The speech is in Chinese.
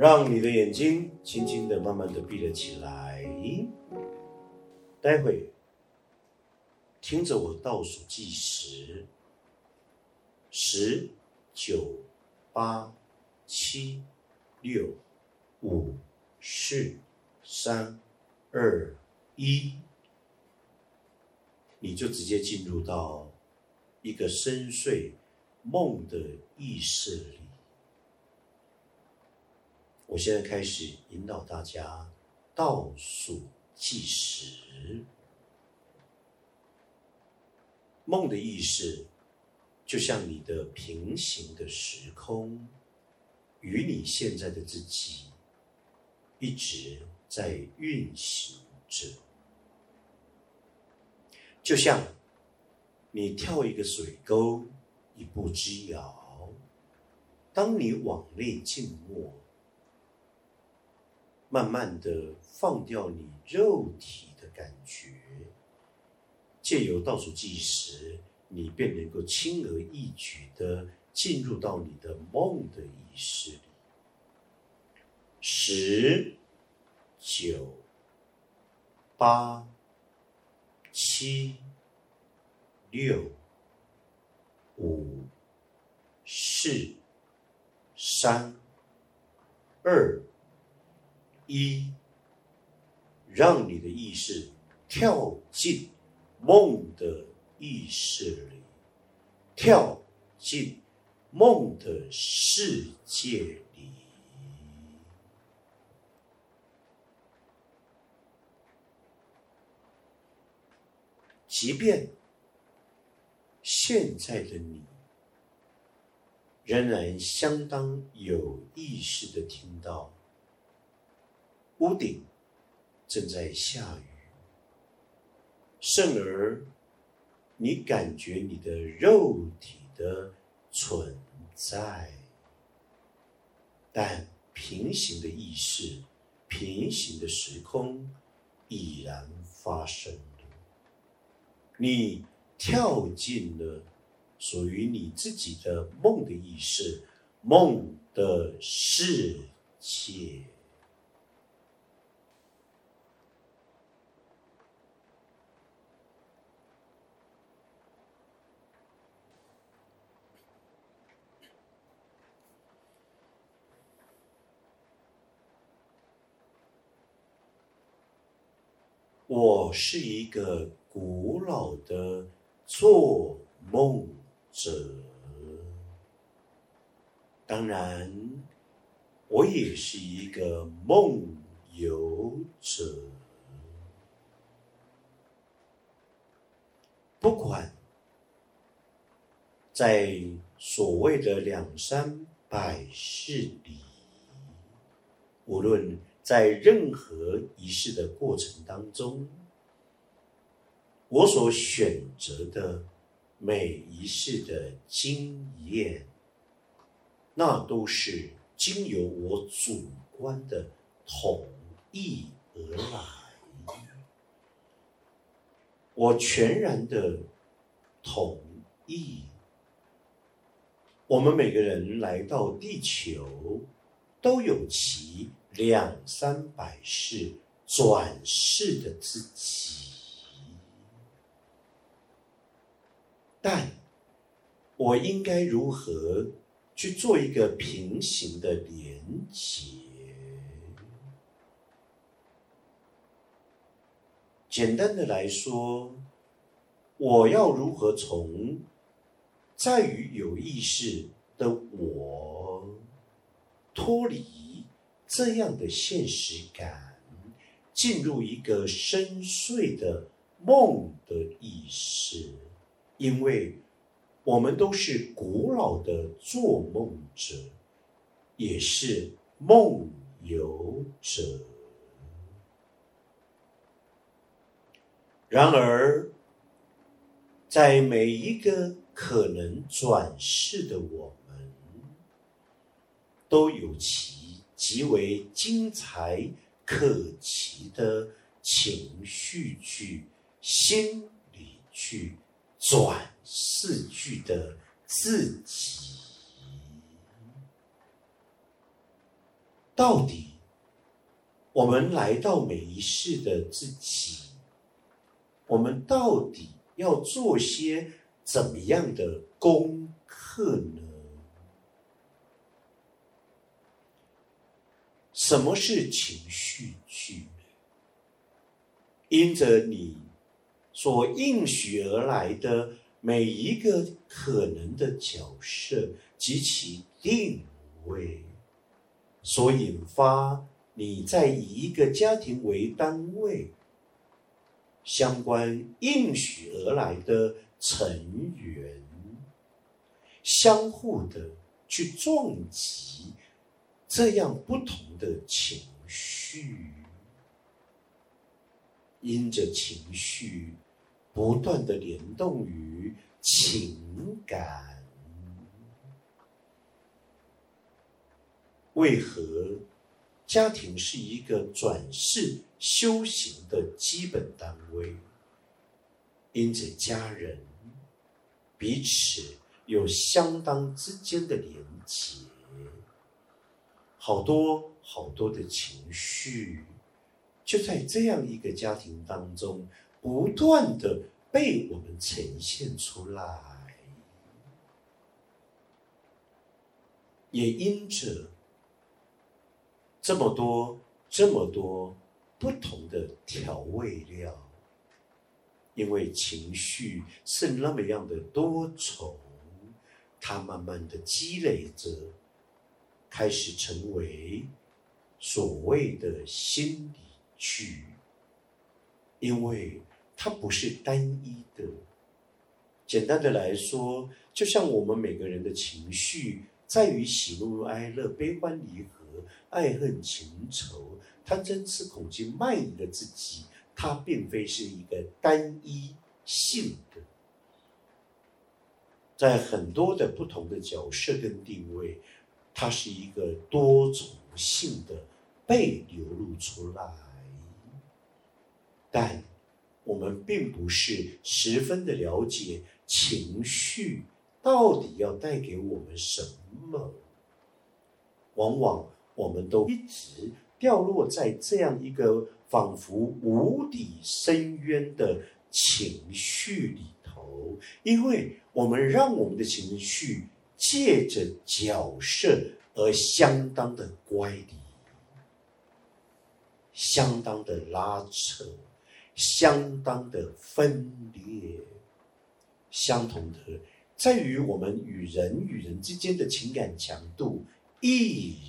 让你的眼睛轻轻的、慢慢的闭了起来。待会听着我倒数计时，10、9、8、7、6、5、4、3、2、1，你就直接进入到一个深睡梦的意识里。我现在开始引导大家倒数计时。梦的意识就像你的平行的时空，与你现在的自己一直在运行着。就像你跳一个水沟，一步之遥，当你往内静默，慢慢的放掉你肉体的感觉，借由倒数计时，你便能够轻而易举的进入到你的梦的意识里。10、9、8、7、6、5、4、3、2、1，让你的意识跳进梦的意识里，跳进梦的世界里。即便现在的你仍然相当有意识地听到屋顶正在下雨，甚而你感觉你的肉体的存在，但平行的意识、平行的时空已然发生了。你跳进了属于你自己的梦的意识，梦的世界。我是一个古老的做梦者，当然，我也是一个梦游者。不管在所谓的两三百世里，无论在任何仪式的过程当中，我所选择的每一世的经验，那都是经由我主观的同意而来。我全然的同意，我们每个人来到地球，都有其两三百世转世的自己，但我应该如何去做一个平行的连结？简单的来说，我要如何从在于有意识的我脱离这样的现实感，进入一个深邃的梦的意识？因为我们都是古老的做梦者，也是梦游者。然而，在每一个可能转世的我们，都有其极为精彩可期的情绪剧、心理剧、转世剧的自己。 到底我们来到每一世的自己，我们到底要做些怎么样的功课呢？什么是情绪剧？因着你所应许而来的每一个可能的角色及其定位，所引发你在以一个家庭为单位，相关应许而来的成员，相互的去撞击这样不同的情绪，因着情绪不断的联动于情感。为何家庭是一个转世修行的基本单位？因着家人彼此有相当之间的连结，好多好多的情绪就在这样一个家庭当中不断的被我们呈现出来，也因着这么多不同的调味料，因为情绪是那么样的多重，它慢慢的积累着，开始成为所谓的心理剧，因为它不是单一的。简单的来说，就像我们每个人的情绪在于喜怒哀乐、悲欢离合、爱恨情仇、贪嗔痴恐惧慢疑的自己，它并非是一个单一性的，在很多的不同的角色跟定位，它是一个多重性的被流露出来，但我们并不是十分的了解情绪到底要带给我们什么，往往我们都一直掉落在这样一个仿佛无底深渊的情绪里头，因为我们让我们的情绪借着角色而相当的乖离，相当的拉扯，相当的分裂。相同的，在于我们与人之间的情感强度亦